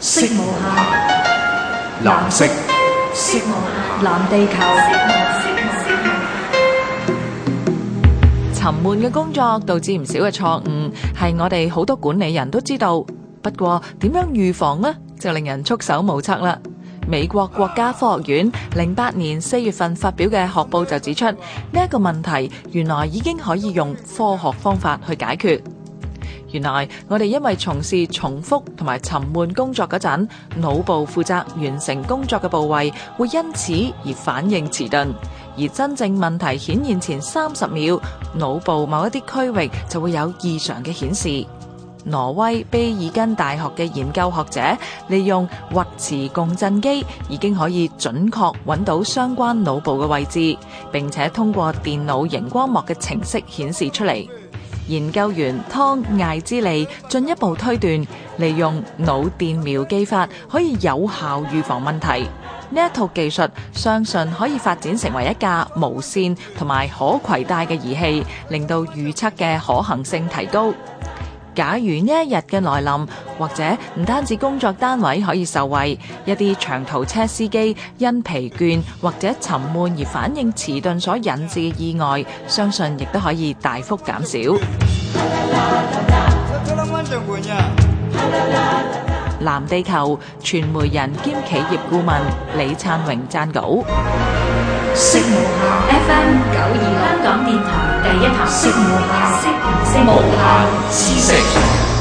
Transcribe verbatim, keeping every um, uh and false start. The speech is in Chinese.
色無限，藍色，色無限，藍地球。 沉悶嘅工作導致唔少嘅錯誤，係我哋好多管理人都知道。不過點樣預防呢？就令人束手無策啦。美國國家科學院零八年四月份發表嘅學報就指出，呢一個問題原來已經可以用科學方法去解決。原來我哋因為從事重複同埋沉悶工作嗰陣，腦部負責完成工作嘅部位會因此而反應遲鈍，而真正問題顯現前三十秒，腦部某一啲區域就會有異常嘅顯示。挪威卑爾根大學嘅研究學者利用核磁共振機，已經可以準確揾到相關腦部嘅位置，並且通過電腦熒光幕嘅程式顯示出嚟。研究員湯艾之利進一步推斷，利用腦電描記法可以有效預防問題。呢一套技術相信可以發展成為一架無線同埋可攜帶嘅儀器，令到預測嘅可行性提高。假如呢一日嘅來臨，或者唔單止工作單位可以受惠，一啲長途車司機因疲倦或者沉悶而反應遲鈍所引致嘅意外，相信亦都可以大幅減少。藍地球傳媒人兼企業顧問李燦榮撰稿。 色無限 F M 九二六香港電台第一台，色無限，色無限知識。